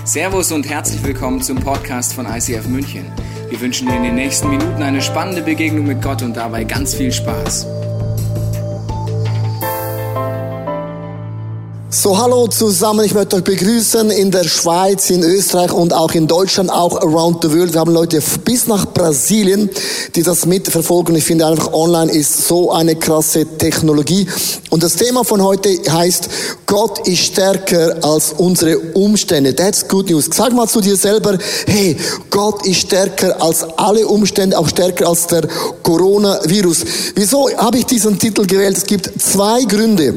Servus und herzlich willkommen zum Podcast von ICF München. Wir wünschen dir in den nächsten Minuten eine spannende Begegnung mit Gott und dabei ganz viel Spaß. So, hallo zusammen, ich möchte euch begrüßen in der Schweiz, in Österreich und auch in Deutschland, auch around the world. Wir haben Leute bis nach Brasilien, die das mitverfolgen. Ich finde einfach, online ist so eine krasse Technologie. Und das Thema von heute heißt, Gott ist stärker als unsere Umstände. That's good news. Sag mal zu dir selber, hey, Gott ist stärker als alle Umstände, auch stärker als der Coronavirus. Wieso habe ich diesen Titel gewählt? Es gibt zwei Gründe.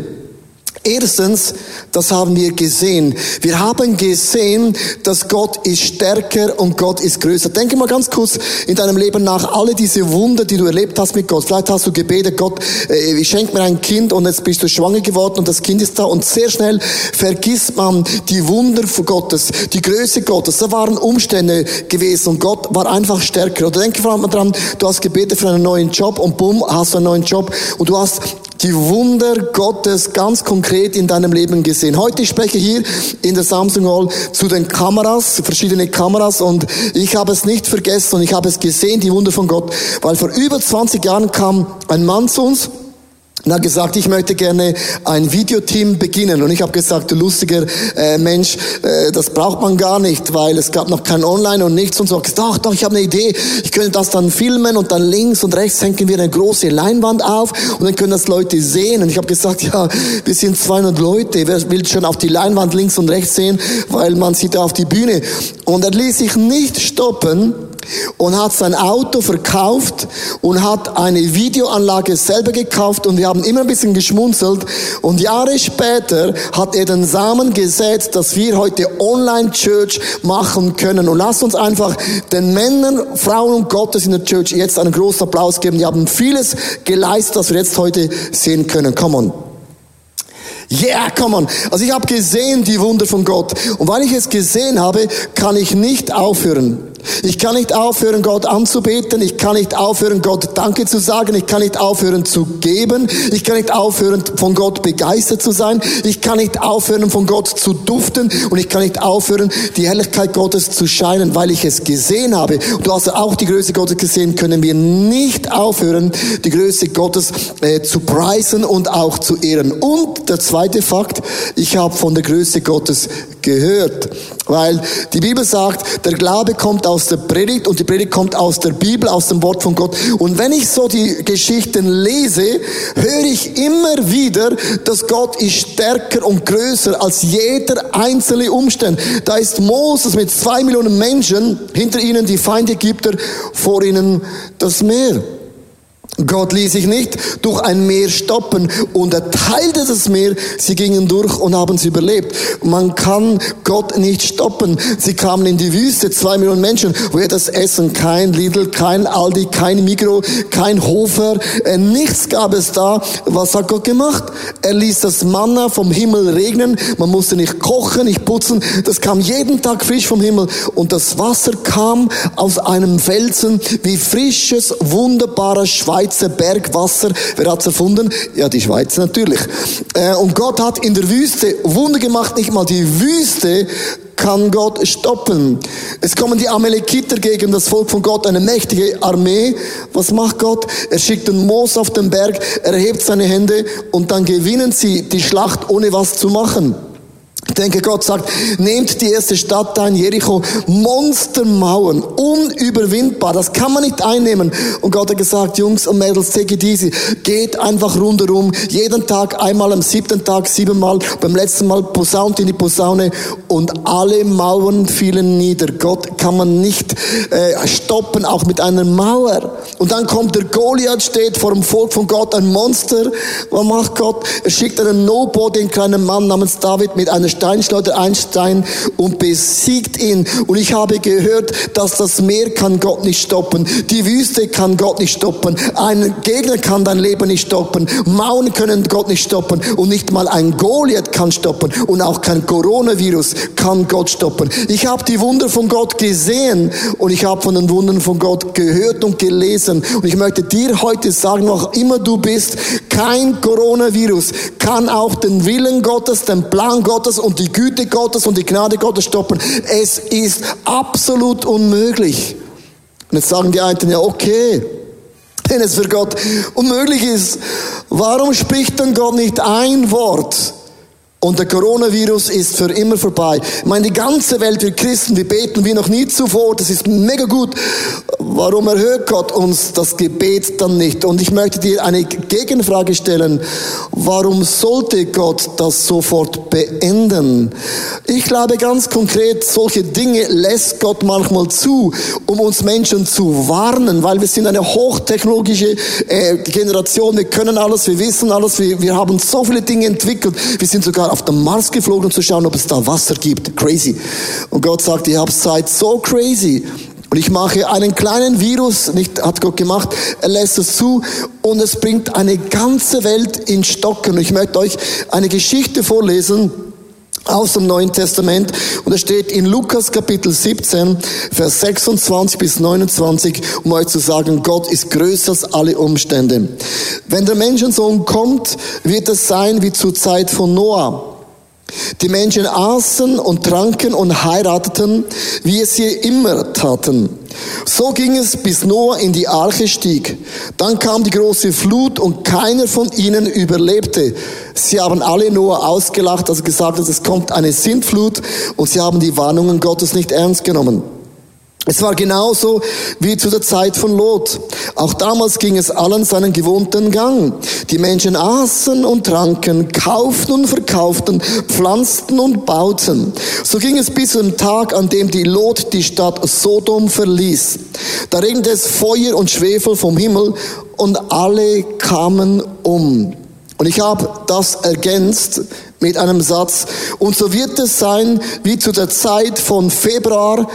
Erstens, das haben wir gesehen. Wir haben gesehen, dass Gott ist stärker und Gott ist größer. Denke mal ganz kurz in deinem Leben nach, alle diese Wunder, die du erlebt hast mit Gott. Vielleicht hast du gebetet, Gott, schenk mir ein Kind und jetzt bist du schwanger geworden und das Kind ist da und sehr schnell vergisst man die Wunder von Gottes, die Größe Gottes. Da waren Umstände gewesen und Gott war einfach stärker. Oder denke vor allem dran, du hast gebetet für einen neuen Job und bumm, hast du einen neuen Job und du hast die Wunder Gottes ganz konkret in deinem Leben gesehen. Heute spreche ich hier in der Samsung Hall zu den Kameras, verschiedene Kameras und ich habe es nicht vergessen und ich habe es gesehen, die Wunder von Gott, weil vor über 20 Jahren kam ein Mann zu uns und hat gesagt, ich möchte gerne ein Videoteam beginnen. Und ich habe gesagt, du lustiger Mensch, das braucht man gar nicht, weil es gab noch kein Online und nichts. Und so, doch, ich habe eine Idee. Ich könnte das dann filmen und dann links und rechts hängen wir eine große Leinwand auf und dann können das Leute sehen. Und ich habe gesagt, ja, wir sind 200 Leute. Wer will schon auf die Leinwand links und rechts sehen, weil man sieht auf die Bühne. Und er ließ sich nicht stoppen und hat sein Auto verkauft und hat eine Videoanlage selber gekauft und wir haben immer ein bisschen geschmunzelt und Jahre später hat er den Samen gesät, dass wir heute Online-Church machen können und lasst uns einfach den Männern, Frauen und Gottes in der Church jetzt einen großen Applaus geben. Die haben vieles geleistet, was wir jetzt heute sehen können. Come on. Yeah, come on. Also ich habe gesehen die Wunder von Gott und weil ich es gesehen habe, kann ich nicht aufhören. Ich kann nicht aufhören, Gott anzubeten. Ich kann nicht aufhören, Gott Danke zu sagen. Ich kann nicht aufhören zu geben. Ich kann nicht aufhören, von Gott begeistert zu sein. Ich kann nicht aufhören, von Gott zu duften. Und ich kann nicht aufhören, die Herrlichkeit Gottes zu scheinen, weil ich es gesehen habe. Und du hast auch die Größe Gottes gesehen, können wir nicht aufhören, die Größe Gottes zu preisen und auch zu ehren. Und der zweite Fakt, ich habe von der Größe Gottes gehört. Weil die Bibel sagt, der Glaube kommt aus der Predigt und die Predigt kommt aus der Bibel, aus dem Wort von Gott. Und wenn ich so die Geschichten lese, höre ich immer wieder, dass Gott ist stärker und größer als jeder einzelne Umstand. Da ist Moses mit 2 Millionen Menschen, hinter ihnen die Feinde Ägypter, vor ihnen das Meer. Gott ließ sich nicht durch ein Meer stoppen und er teilte das Meer. Sie gingen durch und haben es überlebt. Man kann Gott nicht stoppen. Sie kamen in die Wüste, 2 Millionen Menschen. Woher das Essen? Kein Lidl, kein Aldi, kein Migros, kein Hofer. Nichts gab es da. Was hat Gott gemacht? Er ließ das Manna vom Himmel regnen. Man musste nicht kochen, nicht putzen. Das kam jeden Tag frisch vom Himmel. Und das Wasser kam aus einem Felsen wie frisches, wunderbares Schweizer Bergwasser. Wer hat's erfunden? Ja, die Schweiz natürlich. Und Gott hat in der Wüste Wunder gemacht. Nicht mal die Wüste kann Gott stoppen. Es kommen die Amalekiter gegen das Volk von Gott, eine mächtige Armee. Was macht Gott? Er schickt den Mose auf den Berg, er erhebt seine Hände und dann gewinnen sie die Schlacht, ohne was zu machen. Ich denke, Gott sagt, nehmt die erste Stadt ein, Jericho, Monstermauern, unüberwindbar, das kann man nicht einnehmen. Und Gott hat gesagt, Jungs und Mädels, take it easy, geht einfach rundherum, jeden Tag, einmal am 7. Tag, 7-mal, beim letzten Mal posaunt in die Posaune und alle Mauern fielen nieder. Gott kann man nicht stoppen, auch mit einer Mauer. Und dann kommt der Goliath, steht vor dem Volk von Gott, ein Monster. Was macht Gott? Er schickt einen Nobody, einen kleinen Mann namens David mit einer Steinschleuder, ein Stein und besiegt ihn. Und ich habe gehört, dass das Meer kann Gott nicht stoppen. Die Wüste kann Gott nicht stoppen. Ein Gegner kann dein Leben nicht stoppen. Mauern können Gott nicht stoppen. Und nicht mal ein Goliath kann stoppen. Und auch kein Coronavirus kann Gott stoppen. Ich habe die Wunder von Gott gesehen und ich habe von den Wundern von Gott gehört und gelesen. lesen. Und ich möchte dir heute sagen, wo auch immer du bist, kein Coronavirus kann auch den Willen Gottes, den Plan Gottes und die Güte Gottes und die Gnade Gottes stoppen. Es ist absolut unmöglich. Und jetzt sagen die einen, ja okay, wenn es für Gott unmöglich ist, warum spricht dann Gott nicht ein Wort? Und der Coronavirus ist für immer vorbei. Ich meine, die ganze Welt, wir Christen, wir beten wie noch nie zuvor. Das ist mega gut. Warum erhört Gott uns das Gebet dann nicht? Und ich möchte dir eine Gegenfrage stellen. Warum sollte Gott das sofort beenden? Ich glaube ganz konkret, solche Dinge lässt Gott manchmal zu, um uns Menschen zu warnen, weil wir sind eine hochtechnologische Generation. Wir können alles, wir wissen alles, wir haben so viele Dinge entwickelt. Wir sind sogar auf den Mars geflogen, um zu schauen, ob es da Wasser gibt. Crazy. Und Gott sagt, ihr seid so crazy. Und ich mache einen kleinen Virus, nicht hat Gott gemacht, er lässt es zu und es bringt eine ganze Welt in Stocken. Und ich möchte euch eine Geschichte vorlesen aus dem Neuen Testament. Und da steht in Lukas Kapitel 17, Vers 26 bis 29, um euch zu sagen, Gott ist größer als alle Umstände. Wenn der Menschensohn kommt, wird es sein wie zur Zeit von Noah. Die Menschen aßen und tranken und heirateten, wie es sie immer taten. So ging es, bis Noah in die Arche stieg. Dann kam die große Flut und keiner von ihnen überlebte. Sie haben alle Noah ausgelacht, als er gesagt hat, es kommt eine Sintflut, und sie haben die Warnungen Gottes nicht ernst genommen. Es war genauso wie zu der Zeit von Lot. Auch damals ging es allen seinen gewohnten Gang. Die Menschen aßen und tranken, kauften und verkauften, pflanzten und bauten. So ging es bis zum Tag, an dem die Lot die Stadt Sodom verließ. Da regnete es Feuer und Schwefel vom Himmel und alle kamen um. Und ich habe das ergänzt mit einem Satz. Und so wird es sein wie zu der Zeit von Februar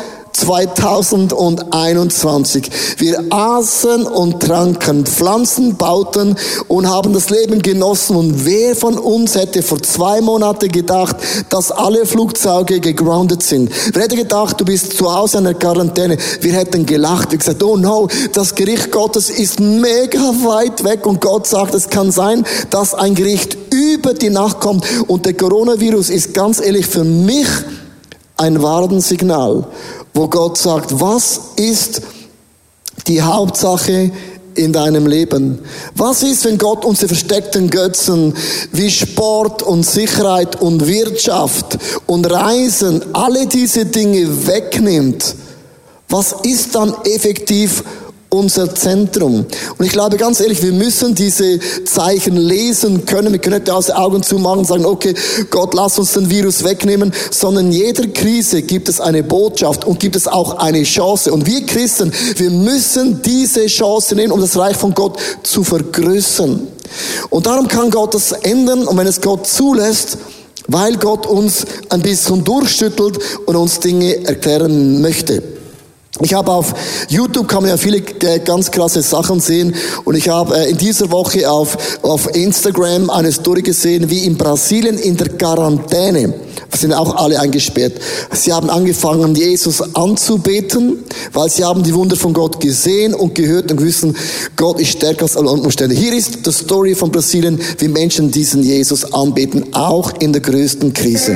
2021. Wir aßen und tranken, Pflanzen bauten und haben das Leben genossen. Und wer von uns hätte vor 2 Monaten gedacht, dass alle Flugzeuge gegroundet sind? Wer hätte gedacht, du bist zu Hause in der Quarantäne? Wir hätten gelacht. Wir gesagt, oh no, das Gericht Gottes ist mega weit weg. Und Gott sagt, es kann sein, dass ein Gericht über die Nacht kommt. Und der Coronavirus ist ganz ehrlich für mich ein Warnsignal, wo Gott sagt, was ist die Hauptsache in deinem Leben? Was ist, wenn Gott unsere versteckten Götzen wie Sport und Sicherheit und Wirtschaft und Reisen, alle diese Dinge wegnimmt? Was ist dann effektiv unser Zentrum? Und ich glaube ganz ehrlich, wir müssen diese Zeichen lesen können. Wir können nicht aus den Augen zumachen und sagen, okay, Gott, lass uns den Virus wegnehmen, sondern in jeder Krise gibt es eine Botschaft und gibt es auch eine Chance. Und wir Christen, wir müssen diese Chance nehmen, um das Reich von Gott zu vergrößern. Und darum kann Gott das ändern, und wenn es Gott zulässt, weil Gott uns ein bisschen durchschüttelt und uns Dinge erklären möchte. Ich habe auf YouTube, kann man ja viele ganz krasse Sachen sehen, und ich habe in dieser Woche auf Instagram eine Story gesehen, wie in Brasilien in der Quarantäne, sind auch alle eingesperrt. Sie haben angefangen, Jesus anzubeten, weil sie haben die Wunder von Gott gesehen und gehört und wissen, Gott ist stärker als alle Umstände. Hier ist die Story von Brasilien, wie Menschen diesen Jesus anbeten, auch in der größten Krise.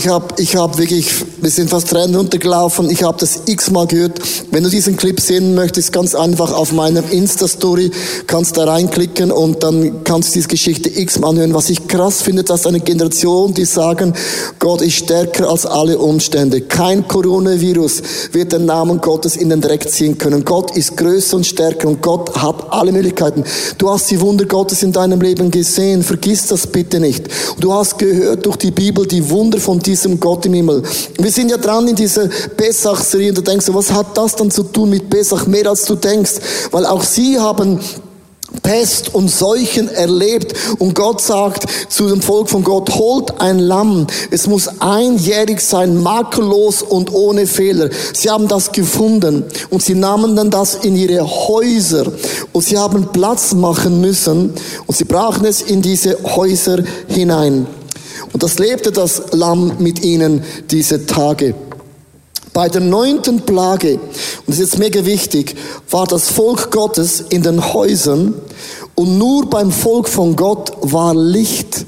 ich hab wirklich, wir sind fast Tränen runtergelaufen, ich habe das x-mal gehört. Wenn du diesen Clip sehen möchtest, ganz einfach auf meiner Insta-Story, kannst da reinklicken und dann kannst du diese Geschichte x-mal anhören. Was ich krass finde, dass eine Generation, die sagen, Gott ist stärker als alle Umstände. Kein Coronavirus wird den Namen Gottes in den Dreck ziehen können. Gott ist größer und stärker und Gott hat alle Möglichkeiten. Du hast die Wunder Gottes in deinem Leben gesehen, vergiss das bitte nicht. Du hast gehört durch die Bibel die Wunder von diesem Gott im Himmel. Wir sind ja dran in dieser Pessach-Serie und du denkst, was hat das dann zu tun mit Pessach? Mehr als du denkst, weil auch sie haben Pest und Seuchen erlebt und Gott sagt zu dem Volk von Gott, holt ein Lamm, es muss einjährig sein, makellos und ohne Fehler. Sie haben das gefunden und sie nahmen dann das in ihre Häuser und sie haben Platz machen müssen und sie brachten es in diese Häuser hinein. Und das lebte das Lamm mit ihnen diese Tage. Bei der 9. Plage, und das ist jetzt mega wichtig, war das Volk Gottes in den Häusern und nur beim Volk von Gott war Licht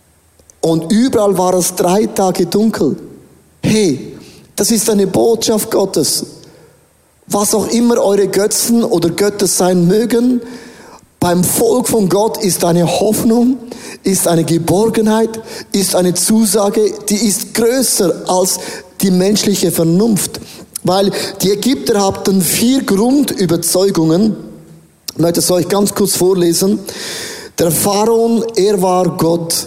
und überall war es 3 Tage dunkel. Hey, das ist eine Botschaft Gottes. Was auch immer eure Götzen oder Götter sein mögen, beim Volk von Gott ist eine Hoffnung, ist eine Geborgenheit, ist eine Zusage, die ist größer als die menschliche Vernunft. Weil die Ägypter hatten 4 Grundüberzeugungen. Ich möchte es euch ganz kurz vorlesen. Der Pharaon, er war Gott.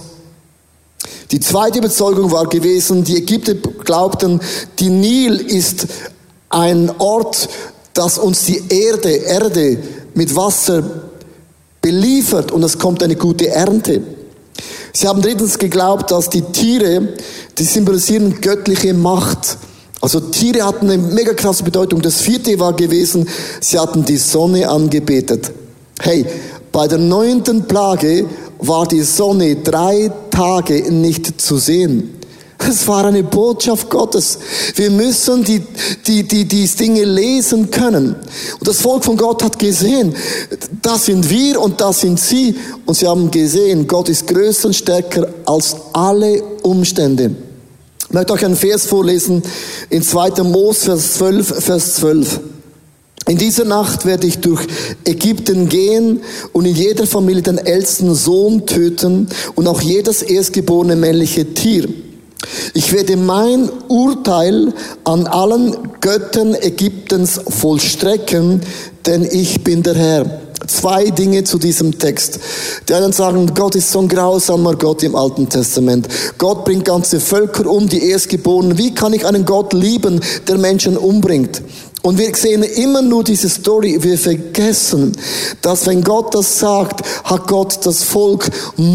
Die zweite Überzeugung war gewesen, die Ägypter glaubten, die Nil ist ein Ort, das uns die Erde mit Wasser beliefert und es kommt eine gute Ernte. Sie haben drittens geglaubt, dass die Tiere, die symbolisieren göttliche Macht. Also Tiere hatten eine mega krasse Bedeutung. Das 4. war gewesen, sie hatten die Sonne angebetet. Hey, bei der 9. Plage war die Sonne 3 Tage nicht zu sehen. Es war eine Botschaft Gottes. Wir müssen die Dinge lesen können. Und das Volk von Gott hat gesehen, das sind wir und das sind sie. Und sie haben gesehen, Gott ist größer und stärker als alle Umstände. Ich möchte euch einen Vers vorlesen in 2. Mose, Vers 12. In dieser Nacht werde ich durch Ägypten gehen und in jeder Familie den ältesten Sohn töten und auch jedes erstgeborene männliche Tier. Ich werde mein Urteil an allen Göttern Ägyptens vollstrecken, denn ich bin der Herr. 2 Dinge zu diesem Text. Die einen sagen, Gott ist so ein grausamer Gott im Alten Testament. Gott bringt ganze Völker um, die Erstgeborenen. Wie kann ich einen Gott lieben, der Menschen umbringt? Und wir sehen immer nur diese Story. Wir vergessen, dass wenn Gott das sagt, hat Gott das Volk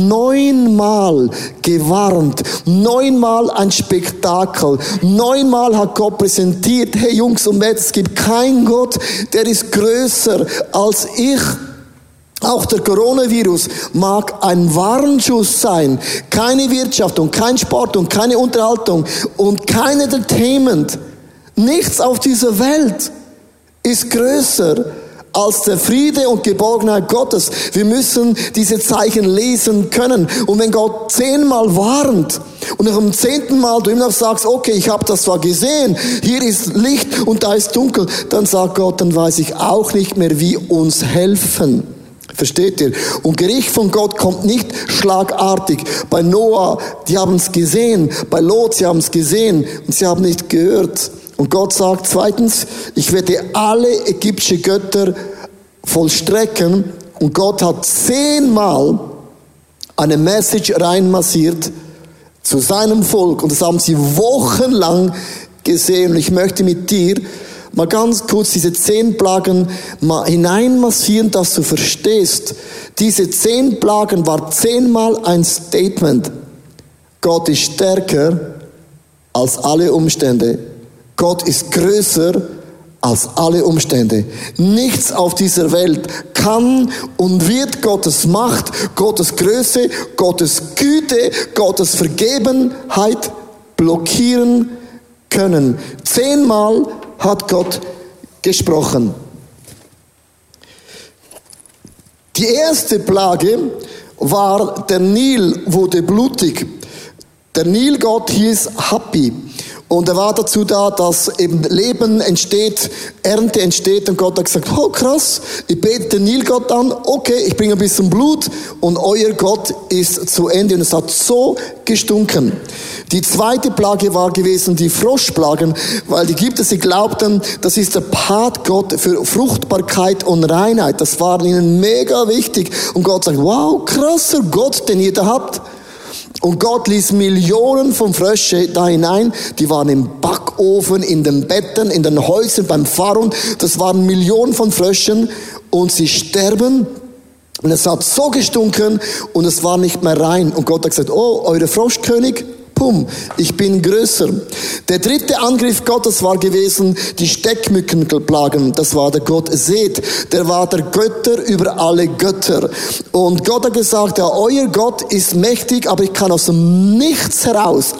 9-mal gewarnt. 9-mal ein Spektakel. 9-mal hat Gott präsentiert, hey Jungs und Mädels, es gibt keinen Gott, der ist größer als ich. Auch der Coronavirus mag ein Warnschuss sein. Keine Wirtschaft und kein Sport und keine Unterhaltung und kein Entertainment. Nichts auf dieser Welt ist größer als der Friede und Geborgenheit Gottes. Wir müssen diese Zeichen lesen können. Und wenn Gott 10-mal warnt und nach dem 10. Mal du immer noch sagst, okay, ich habe das zwar gesehen, hier ist Licht und da ist dunkel, dann sagt Gott, dann weiß ich auch nicht mehr, wie uns helfen. Versteht ihr? Und Gericht von Gott kommt nicht schlagartig. Bei Noah, die haben es gesehen. Bei Lot, sie haben es gesehen und sie haben nicht gehört. Und Gott sagt zweitens, ich werde alle ägyptische Götter vollstrecken. Und Gott hat 10-mal eine Message reinmassiert zu seinem Volk. Und das haben sie wochenlang gesehen. Und ich möchte mit dir mal ganz kurz diese 10 Plagen mal hineinmassieren, dass du verstehst. Diese 10 Plagen war 10-mal ein Statement. Gott ist stärker als alle Umstände. Gott ist größer als alle Umstände. Nichts auf dieser Welt kann und wird Gottes Macht, Gottes Größe, Gottes Güte, Gottes Vergebenheit blockieren können. 10-mal hat Gott gesprochen. Die erste Plage war, der Nil wurde blutig. Der Nilgott hieß Hapi. Und er war dazu da, dass eben Leben entsteht, Ernte entsteht. Und Gott hat gesagt, oh krass, ich bete den Nilgott an, okay, ich bringe ein bisschen Blut und euer Gott ist zu Ende. Und es hat so gestunken. Die zweite Plage war gewesen die Froschplagen, weil die Ägypter, sie glaubten, das ist der Patgott für Fruchtbarkeit und Reinheit. Das war ihnen mega wichtig. Und Gott sagt, wow, krasser Gott, den ihr da habt. Und Gott ließ Millionen von Frösche da hinein. Die waren im Backofen, in den Betten, in den Häusern, beim Pharaon. Das waren Millionen von Fröschen und sie sterben. Und es hat so gestunken und es war nicht mehr rein. Und Gott hat gesagt, oh, eure Froschkönig, pum, ich bin größer. Der dritte Angriff Gottes war gewesen, die Steckmückenplagen. Das war der Gott Seth. Der war der Götter über alle Götter. Und Gott hat gesagt, ja, euer Gott ist mächtig, aber ich kann aus dem Nichts heraus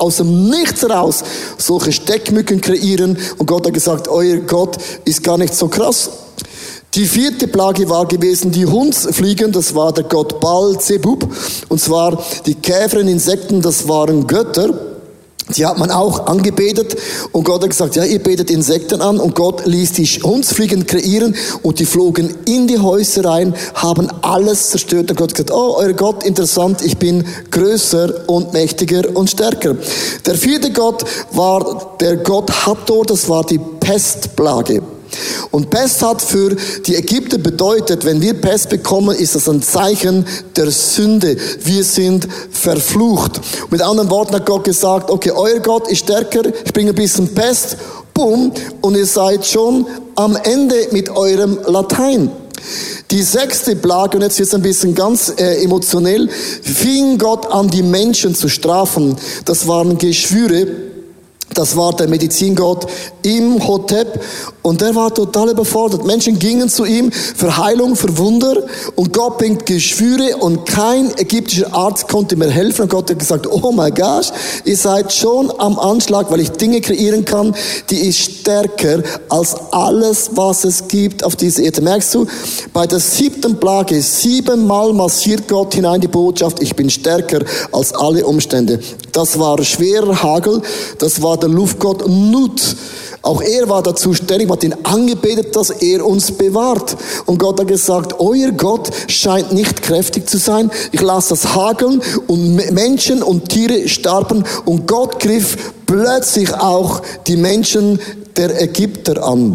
solche Steckmücken kreieren. Und Gott hat gesagt, euer Gott ist gar nicht so krass. Die vierte Plage war gewesen die Hundsfliegen, das war der Gott Baal Zebub. Und zwar die Käfer und Insekten, das waren Götter. Die hat man auch angebetet und Gott hat gesagt, ja, ihr betet Insekten an und Gott ließ die Hundsfliegen kreieren und die flogen in die Häuser rein, haben alles zerstört und Gott hat gesagt, oh, euer Gott, interessant, ich bin größer und mächtiger und stärker. Der vierte Gott war der Gott Hathor, das war die Pestplage. Und Pest hat für die Ägypter bedeutet, wenn wir Pest bekommen, ist das ein Zeichen der Sünde. Wir sind verflucht. Mit anderen Worten hat Gott gesagt, okay, euer Gott ist stärker, ich bringe ein bisschen Pest, bumm, und ihr seid schon am Ende mit eurem Latein. Die sechste Plage, und jetzt wird es ein bisschen ganz emotionell, fing Gott an, die Menschen zu strafen. Das waren Geschwüre. Das war der Medizingott Imhotep und der war total überfordert. Menschen gingen zu ihm für Heilung, für Wunder und Gott bringt Geschwüre und kein ägyptischer Arzt konnte mir helfen. Und Gott hat gesagt, oh mein Gott, ihr seid schon am Anschlag, weil ich Dinge kreieren kann, die ist stärker als alles, was es gibt auf dieser Erde. Merkst du, bei der siebten Plage, 7-mal massiert Gott hinein die Botschaft, ich bin stärker als alle Umstände. Das war schwerer Hagel, das war der Luftgott Nut. Auch er war dazu ständig, man hat ihn angebetet, dass er uns bewahrt. Und Gott hat gesagt, euer Gott scheint nicht kräftig zu sein. Ich lasse das hageln und Menschen und Tiere starben. Und Gott griff plötzlich auch die Menschen der Ägypter an.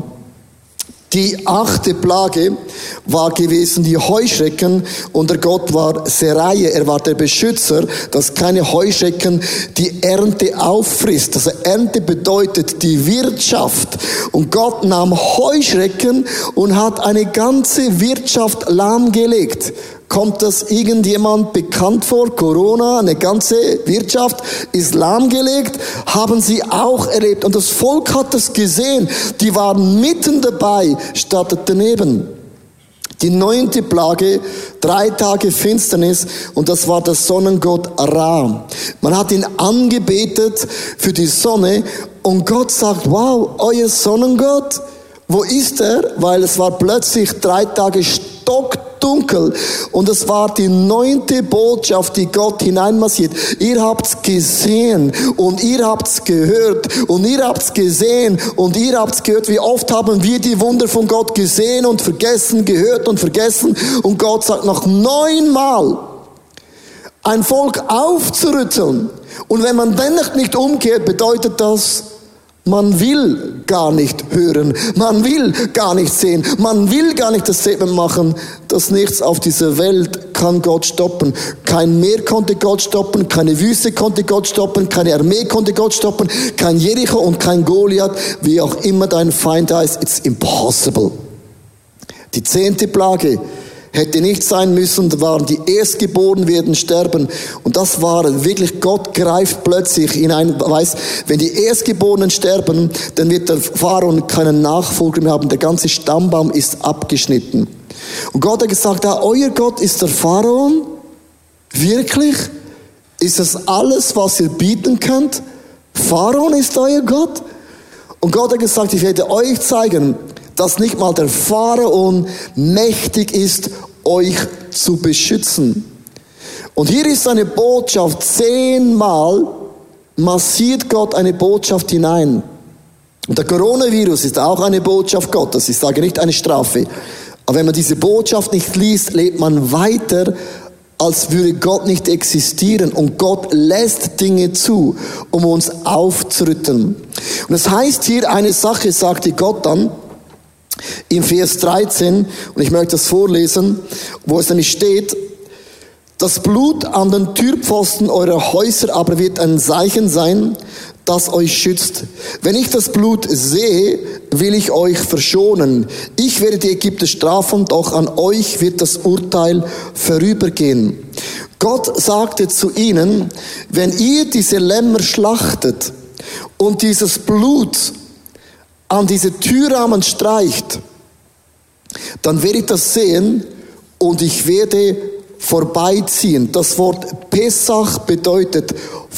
Die 8. Plage war gewesen die Heuschrecken und der Gott war Seraje, er war der Beschützer, dass keine Heuschrecken die Ernte auffrisst. Also Ernte bedeutet die Wirtschaft und Gott nahm Heuschrecken und hat eine ganze Wirtschaft lahmgelegt. Kommt das irgendjemand bekannt vor? Corona, eine ganze Wirtschaft ist lahmgelegt, haben sie auch erlebt. Und das Volk hat es gesehen. Die waren mitten dabei, statt daneben. Die 9. Plage, 3 Tage Finsternis, und das war der Sonnengott Ra. Man hat ihn angebetet für die Sonne, und Gott sagt, wow, euer Sonnengott, wo ist er? Weil es war plötzlich 3 Tage stockdunkel. Und es war die 9. Botschaft, die Gott hineinmassiert. Ihr habt's gesehen und ihr habt's gehört und ihr habt's gesehen und ihr habt's gehört. Wie oft haben wir die Wunder von Gott gesehen und vergessen, gehört und vergessen. Und Gott sagt noch 9-mal, ein Volk aufzurütteln. Und wenn man dennoch nicht umkehrt, bedeutet das, man will gar nicht hören, man will gar nicht sehen, man will gar nicht das Statement machen, dass nichts auf dieser Welt kann Gott stoppen. Kein Meer konnte Gott stoppen, keine Wüste konnte Gott stoppen, keine Armee konnte Gott stoppen, kein Jericho und kein Goliath, wie auch immer dein Feind heißt, it's impossible. Die 10. Plage hätte nicht sein müssen, da waren die Erstgeborenen werden sterben. Und das war wirklich, Gott greift plötzlich hinein, weiß, wenn die Erstgeborenen sterben, dann wird der Pharao keinen Nachfolger mehr haben, der ganze Stammbaum ist abgeschnitten. Und Gott hat gesagt, ja, euer Gott ist der Pharao? Wirklich? Ist das alles, was ihr bieten könnt? Pharao ist euer Gott? Und Gott hat gesagt, ich werde euch zeigen, dass nicht mal der Pharao mächtig ist, euch zu beschützen. Und hier ist eine Botschaft, 10-mal massiert Gott eine Botschaft hinein. Und der Coronavirus ist auch eine Botschaft Gottes. Ich sage nicht eine Strafe. Aber wenn man diese Botschaft nicht liest, lebt man weiter, als würde Gott nicht existieren. Und Gott lässt Dinge zu, um uns aufzurütteln. Und das heißt hier, eine Sache sagte Gott dann im Vers 13, und ich möchte das vorlesen, wo es nämlich steht: Das Blut an den Türpfosten eurer Häuser aber wird ein Zeichen sein, das euch schützt. Wenn ich das Blut sehe, will ich euch verschonen. Ich werde die Ägypter strafen, doch an euch wird das Urteil vorübergehen. Gott sagte zu ihnen, wenn ihr diese Lämmer schlachtet und dieses Blut an diese Türrahmen streicht, dann werde ich das sehen und ich werde vorbeiziehen. Das Wort Pesach bedeutet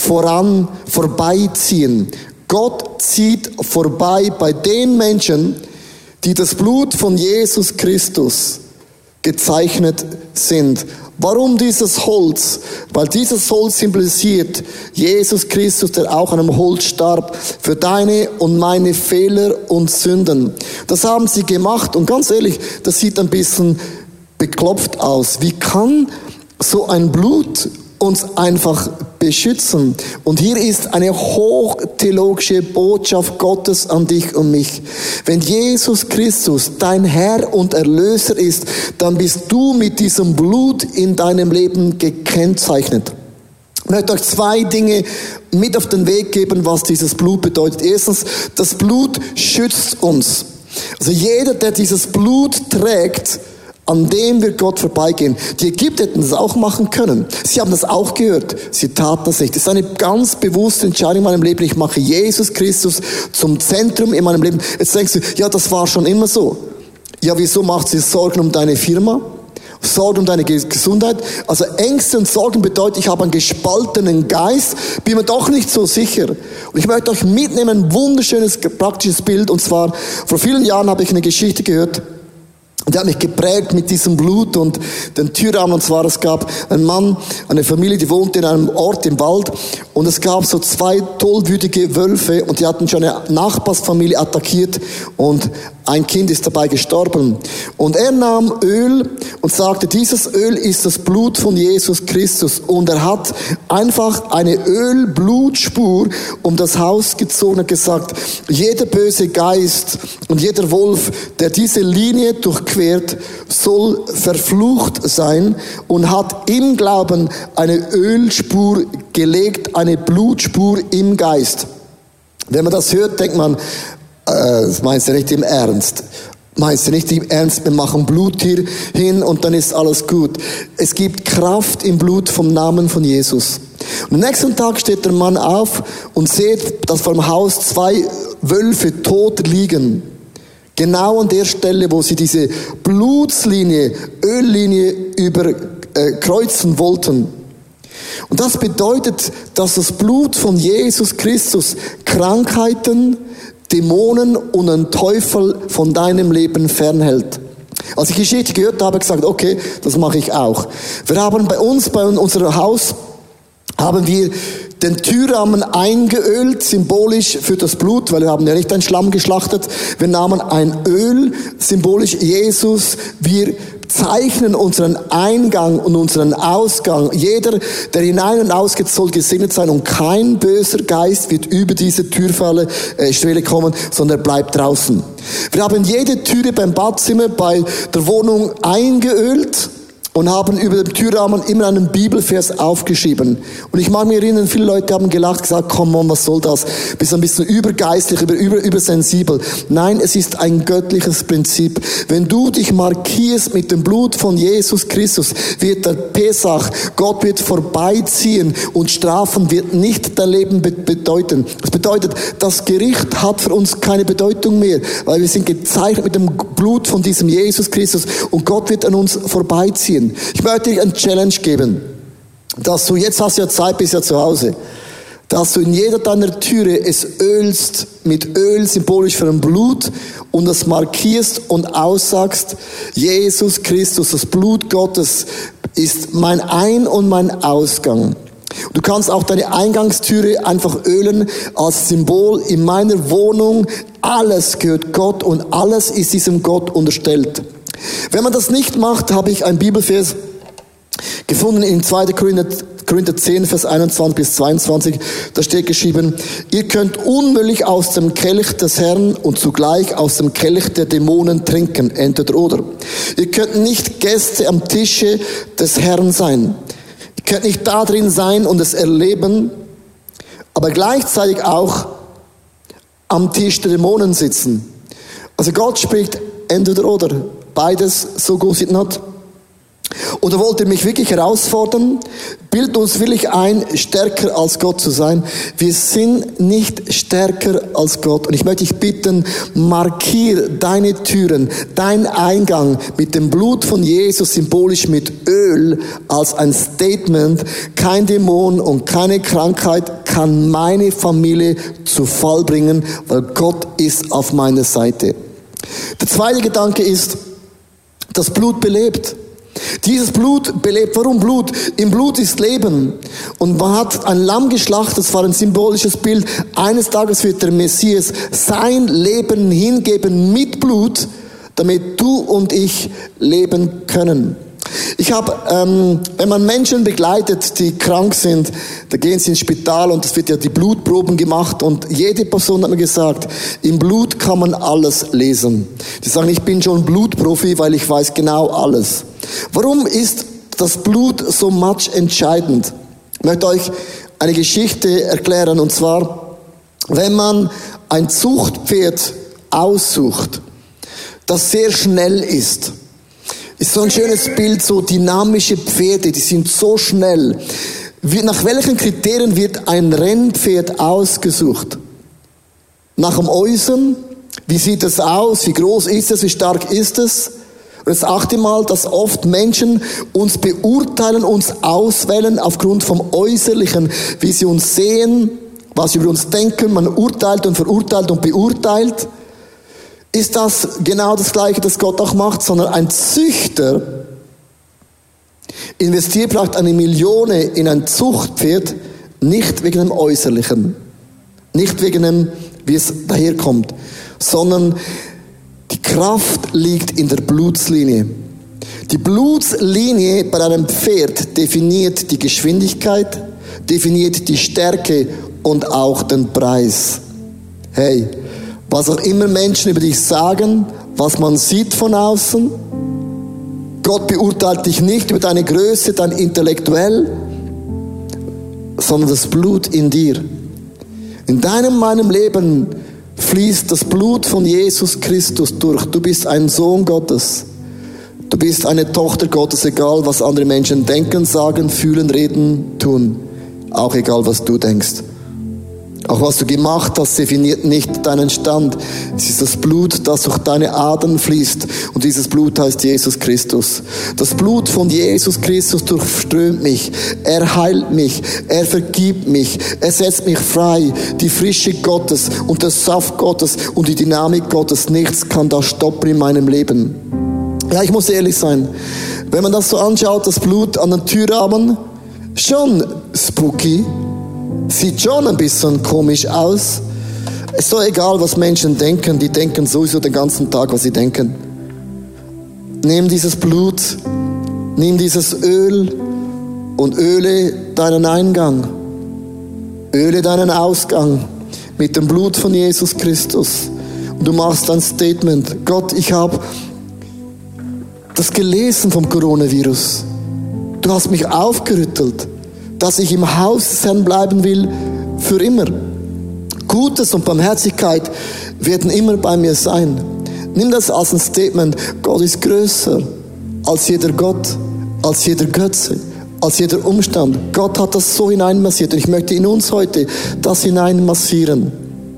vorbeiziehen. Gott zieht vorbei bei den Menschen, die das Blut von Jesus Christus gezeichnet sind. Warum dieses Holz? Weil dieses Holz symbolisiert Jesus Christus, der auch an einem Holz starb, für deine und meine Fehler und Sünden. Das haben sie gemacht und ganz ehrlich, das sieht ein bisschen beklopft aus. Wie kann so ein Blut uns einfach beschützen? Und hier ist eine hochtheologische Botschaft Gottes an dich und mich. Wenn Jesus Christus dein Herr und Erlöser ist, dann bist du mit diesem Blut in deinem Leben gekennzeichnet. Ich möchte euch 2 Dinge mit auf den Weg geben, was dieses Blut bedeutet. Erstens, das Blut schützt uns. Also jeder, der dieses Blut trägt, an dem wird Gott vorbeigehen. Die Ägypter hätten das auch machen können. Sie haben das auch gehört. Sie taten das nicht. Das ist eine ganz bewusste Entscheidung in meinem Leben. Ich mache Jesus Christus zum Zentrum in meinem Leben. Jetzt denkst du, ja, das war schon immer so. Ja, wieso macht sie Sorgen um deine Firma? Sorgen um deine Gesundheit? Also Ängste und Sorgen bedeutet, ich habe einen gespaltenen Geist, bin mir doch nicht so sicher. Und ich möchte euch mitnehmen, ein wunderschönes, praktisches Bild. Und zwar, vor vielen Jahren habe ich eine Geschichte gehört, und der hat mich geprägt mit diesem Blut und den Türrahmen. Und zwar, es gab einen Mann, eine Familie, die wohnte in einem Ort im Wald. Und es gab so 2 tollwütige Wölfe und die hatten schon eine Nachbarsfamilie attackiert. Und ein Kind ist dabei gestorben. Und er nahm Öl und sagte, dieses Öl ist das Blut von Jesus Christus. Und er hat einfach eine Ölblutspur um das Haus gezogen und gesagt, jeder böse Geist und jeder Wolf, der diese Linie durchquert, soll verflucht sein, und hat im Glauben eine Ölspur gelegt, eine Blutspur im Geist. Wenn man das hört, denkt man, das meinst du nicht im Ernst? Meinst du nicht im Ernst, wir machen Blut hier hin und dann ist alles gut? Es gibt Kraft im Blut vom Namen von Jesus. Und am nächsten Tag steht der Mann auf und sieht, dass vor dem Haus 2 Wölfe tot liegen. Genau an der Stelle, wo sie diese Blutslinie, Öllinie überkreuzen wollten. Und das bedeutet, dass das Blut von Jesus Christus Krankheiten, Dämonen und einen Teufel von deinem Leben fernhält. Als ich die Geschichte gehört habe, habe ich gesagt, okay, das mache ich auch. Wir haben bei unserem Haus, haben wir den Türrahmen eingeölt, symbolisch für das Blut, weil wir haben ja nicht einen Schlamm geschlachtet. Wir nahmen ein Öl, symbolisch Jesus. Wir zeichnen unseren Eingang und unseren Ausgang. Jeder, der hinein und ausgeht, soll gesegnet sein, und kein böser Geist wird über diese Türschwelle kommen, sondern er bleibt draußen. Wir haben jede Türe beim Badzimmer, bei der Wohnung eingeölt und haben über dem Türrahmen immer einen Bibelvers aufgeschrieben. Und ich mag mich erinnern, viele Leute haben gelacht, gesagt, komm on, was soll das? Bist ein bisschen übergeistlich, übersensibel. Nein, es ist ein göttliches Prinzip. Wenn du dich markierst mit dem Blut von Jesus Christus, wird der Pesach, Gott wird vorbeiziehen, und Strafen wird nicht dein Leben bedeuten. Das bedeutet, das Gericht hat für uns keine Bedeutung mehr, weil wir sind gezeichnet mit dem Blut von diesem Jesus Christus, und Gott wird an uns vorbeiziehen. Ich möchte dir eine Challenge geben, dass du, jetzt hast du ja Zeit, bist ja zu Hause, dass du in jeder deiner Türe es ölst mit Öl, symbolisch für ein Blut, und das markierst und aussagst, Jesus Christus, das Blut Gottes ist mein Ein- und mein Ausgang. Du kannst auch deine Eingangstüre einfach ölen als Symbol. In meiner Wohnung, alles gehört Gott und alles ist diesem Gott unterstellt. Wenn man das nicht macht, habe ich einen Bibelvers gefunden in 2. Korinther 10, Vers 21 bis 22. Da steht geschrieben, ihr könnt unmöglich aus dem Kelch des Herrn und zugleich aus dem Kelch der Dämonen trinken, entweder oder. Ihr könnt nicht Gäste am Tische des Herrn sein. Ihr könnt nicht da drin sein und es erleben, aber gleichzeitig auch am Tisch der Dämonen sitzen. Also Gott spricht entweder oder. Beides, so Gott it not. Oder wollt ihr mich wirklich herausfordern? Bildet uns wirklich ein, stärker als Gott zu sein. Wir sind nicht stärker als Gott. Und ich möchte dich bitten, markier deine Türen, dein Eingang mit dem Blut von Jesus, symbolisch mit Öl, als ein Statement. Kein Dämon und keine Krankheit kann meine Familie zu Fall bringen, weil Gott ist auf meiner Seite. Der zweite Gedanke ist, das Blut belebt. Dieses Blut belebt. Warum Blut? Im Blut ist Leben. Und man hat ein Lamm geschlachtet, das war ein symbolisches Bild. Eines Tages wird der Messias sein Leben hingeben mit Blut, damit du und ich leben können. Ich habe, wenn man Menschen begleitet, die krank sind, da gehen sie ins Spital und es wird ja die Blutproben gemacht und jede Person hat mir gesagt, im Blut kann man alles lesen. Die sagen, ich bin schon Blutprofi, weil ich weiß genau alles. Warum ist das Blut so much entscheidend? Ich möchte euch eine Geschichte erklären und zwar, wenn man ein Zuchtpferd aussucht, das sehr schnell ist so ein schönes Bild, so dynamische Pferde, die sind so schnell. Nach welchen Kriterien wird ein Rennpferd ausgesucht? Nach dem Äußeren? Wie sieht es aus? Wie groß ist es? Wie stark ist es? Und jetzt achte mal, dass oft Menschen uns beurteilen, uns auswählen aufgrund vom Äußerlichen, wie sie uns sehen, was sie über uns denken. Man urteilt und verurteilt und beurteilt. Ist das genau das Gleiche, das Gott auch macht, sondern ein Züchter investiert vielleicht 1 Million in ein Zuchtpferd, nicht wegen dem Äußerlichen, nicht wegen dem, wie es daherkommt, sondern die Kraft liegt in der Blutslinie. Die Blutslinie bei einem Pferd definiert die Geschwindigkeit, definiert die Stärke und auch den Preis. Hey, was auch immer Menschen über dich sagen, was man sieht von außen, Gott beurteilt dich nicht über deine Größe, dein Intellektuell, sondern das Blut in dir. In meinem Leben fließt das Blut von Jesus Christus durch. Du bist ein Sohn Gottes. Du bist eine Tochter Gottes, egal was andere Menschen denken, sagen, fühlen, reden, tun. Auch egal was du denkst. Auch was du gemacht hast, definiert nicht deinen Stand. Es ist das Blut, das durch deine Adern fließt. Und dieses Blut heißt Jesus Christus. Das Blut von Jesus Christus durchströmt mich. Er heilt mich. Er vergibt mich. Er setzt mich frei. Die Frische Gottes und der Saft Gottes und die Dynamik Gottes. Nichts kann das stoppen in meinem Leben. Ja, ich muss ehrlich sein. Wenn man das so anschaut, das Blut an den Türrahmen, schon spooky. Sieht schon ein bisschen komisch aus. Es ist doch egal, was Menschen denken. Die denken sowieso den ganzen Tag, was sie denken. Nimm dieses Blut, nimm dieses Öl und öle deinen Eingang. Öle deinen Ausgang mit dem Blut von Jesus Christus. Und du machst ein Statement. Gott, ich habe das gelesen vom Coronavirus. Du hast mich aufgerüttelt, dass ich im Haus des Herrn bleiben will für immer. Gutes und Barmherzigkeit werden immer bei mir sein. Nimm das als ein Statement. Gott ist größer als jeder Gott, als jeder Götze, als jeder Umstand. Gott hat das so hineinmassiert und ich möchte in uns heute das hineinmassieren.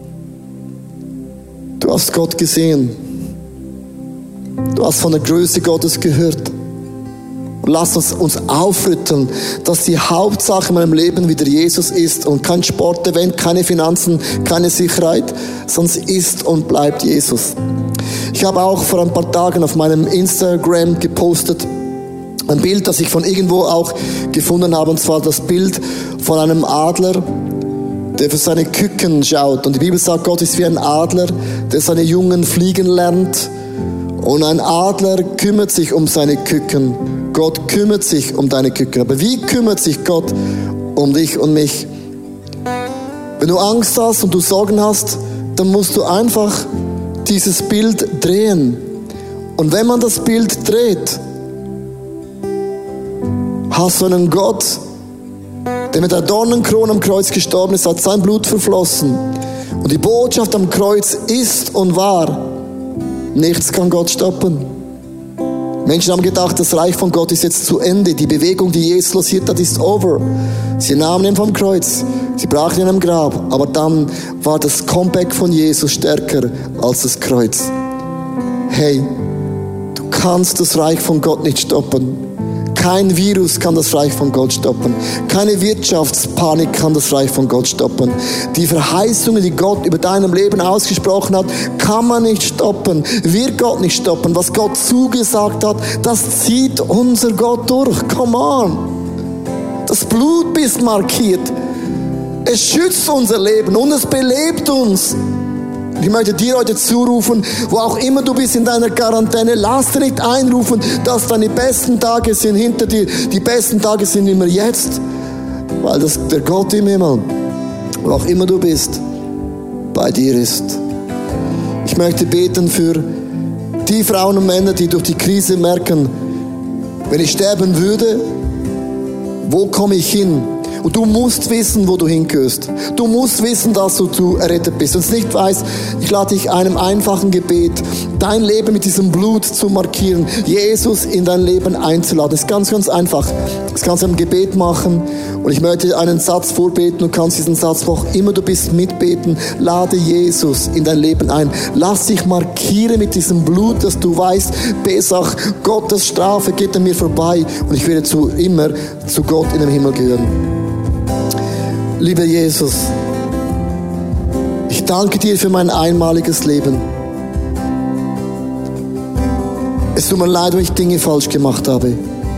Du hast Gott gesehen. Du hast von der Größe Gottes gehört. Lass uns aufrütteln, dass die Hauptsache in meinem Leben wieder Jesus ist und kein Sportevent, keine Finanzen, keine Sicherheit, sonst ist und bleibt Jesus. Ich habe auch vor ein paar Tagen auf meinem Instagram gepostet, ein Bild, das ich von irgendwo auch gefunden habe, und zwar das Bild von einem Adler, der für seine Küken schaut. Und die Bibel sagt, Gott ist wie ein Adler, der seine Jungen fliegen lernt. Und ein Adler kümmert sich um seine Küken. Gott kümmert sich um deine Küken. Aber wie kümmert sich Gott um dich und mich? Wenn du Angst hast und du Sorgen hast, dann musst du einfach dieses Bild drehen. Und wenn man das Bild dreht, hast du einen Gott, der mit der Dornenkrone am Kreuz gestorben ist, hat sein Blut verflossen. Und die Botschaft am Kreuz ist und war, nichts kann Gott stoppen. Menschen haben gedacht, das Reich von Gott ist jetzt zu Ende. Die Bewegung, die Jesus losiert hat, ist over. Sie nahmen ihn vom Kreuz. Sie brachten ihn am Grab. Aber dann war das Comeback von Jesus stärker als das Kreuz. Hey, du kannst das Reich von Gott nicht stoppen. Kein Virus kann das Reich von Gott stoppen. Keine Wirtschaftspanik kann das Reich von Gott stoppen. Die Verheißungen, die Gott über deinem Leben ausgesprochen hat, kann man nicht stoppen. Wird Gott nicht stoppen. Was Gott zugesagt hat, das zieht unser Gott durch. Come on. Das Blut ist markiert. Es schützt unser Leben und es belebt uns. Ich möchte dir heute zurufen, wo auch immer du bist in deiner Quarantäne, lass dir nicht einrufen, dass deine besten Tage sind hinter dir. Die besten Tage sind immer jetzt, weil der Gott im Himmel, wo auch immer du bist, bei dir ist. Ich möchte beten für die Frauen und Männer, die durch die Krise merken, wenn ich sterben würde, wo komme ich hin? Und du musst wissen, wo du hingehörst. Du musst wissen, dass du errettet bist. Wenn du es nicht weißt, ich lade dich einem einfachen Gebet, dein Leben mit diesem Blut zu markieren, Jesus in dein Leben einzuladen. Das ist ganz, ganz einfach. Das kannst du im Gebet machen. Und ich möchte einen Satz vorbeten. Du kannst diesen Satz, wo auch immer du bist, mitbeten. Lade Jesus in dein Leben ein. Lass dich markieren mit diesem Blut, dass du weißt, Pesach, Gottes Strafe geht an mir vorbei. Und ich werde immer zu Gott in dem Himmel gehören. Lieber Jesus, ich danke dir für mein einmaliges Leben. Es tut mir leid, wenn ich Dinge falsch gemacht habe.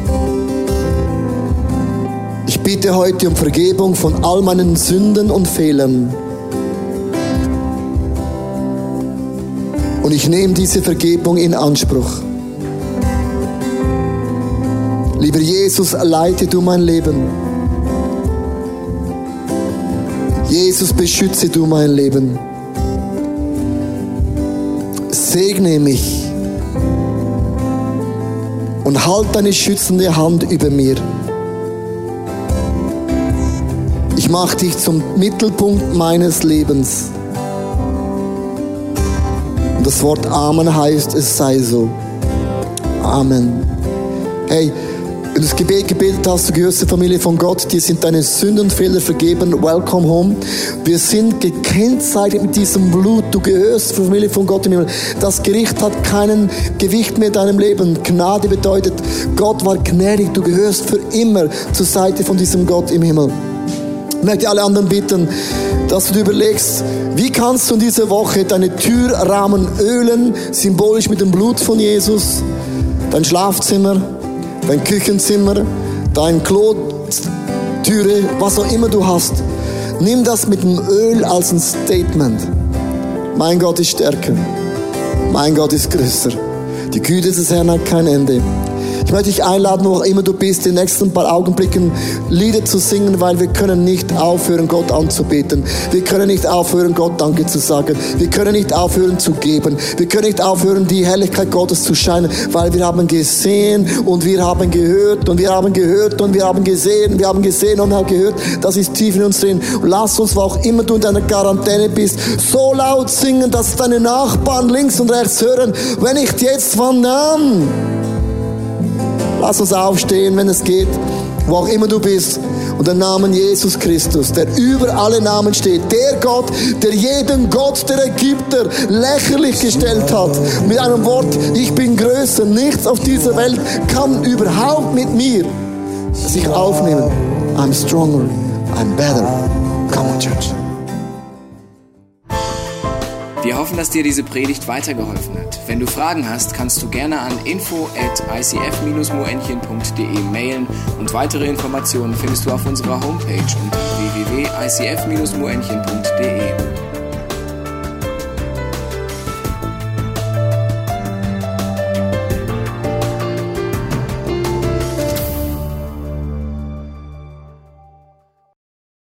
Ich bitte heute um Vergebung von all meinen Sünden und Fehlern. Und ich nehme diese Vergebung in Anspruch. Lieber Jesus, leite du mein Leben. Jesus, beschütze du mein Leben. Segne mich und halt deine schützende Hand über mir. Ich mache dich zum Mittelpunkt meines Lebens. Und das Wort Amen heißt, es sei so. Amen. Hey, wenn du das Gebet gebetet hast, du gehörst zur Familie von Gott, dir sind deine Sünden und Fehler vergeben, welcome home. Wir sind gekennzeichnet mit diesem Blut, du gehörst zur Familie von Gott im Himmel. Das Gericht hat keinen Gewicht mehr in deinem Leben. Gnade bedeutet, Gott war gnädig, du gehörst für immer zur Seite von diesem Gott im Himmel. Ich möchte alle anderen bitten, dass du dir überlegst, wie kannst du in dieser Woche deine Türrahmen ölen, symbolisch mit dem Blut von Jesus, dein Schlafzimmer, dein Küchenzimmer, dein Klo, Türe, was auch immer du hast. Nimm das mit dem Öl als ein Statement. Mein Gott ist stärker. Mein Gott ist größer. Die Güte des Herrn hat kein Ende. Ich möchte dich einladen, wo auch immer du bist, in den nächsten paar Augenblicken Lieder zu singen, weil wir können nicht aufhören, Gott anzubeten. Wir können nicht aufhören, Gott Danke zu sagen. Wir können nicht aufhören zu geben. Wir können nicht aufhören, die Herrlichkeit Gottes zu scheinen, weil wir haben gesehen und wir haben gehört und wir haben gehört und wir haben gesehen, wir haben gesehen und haben gehört. Das ist tief in uns drin. Und lass uns, wo auch immer du in deiner Quarantäne bist, so laut singen, dass deine Nachbarn links und rechts hören, wenn ich jetzt von an. Lass uns aufstehen, wenn es geht, wo auch immer du bist. Und den Namen Jesus Christus, der über alle Namen steht. Der Gott, der jeden Gott der Ägypter lächerlich gestellt hat. Mit einem Wort, ich bin größer. Nichts auf dieser Welt kann überhaupt mit mir sich aufnehmen. I'm stronger, I'm better. Come on, Church. Wir hoffen, dass dir diese Predigt weitergeholfen hat. Wenn du Fragen hast, kannst du gerne an info@icf-moenchen.de mailen und weitere Informationen findest du auf unserer Homepage unter www.icf-moenchen.de.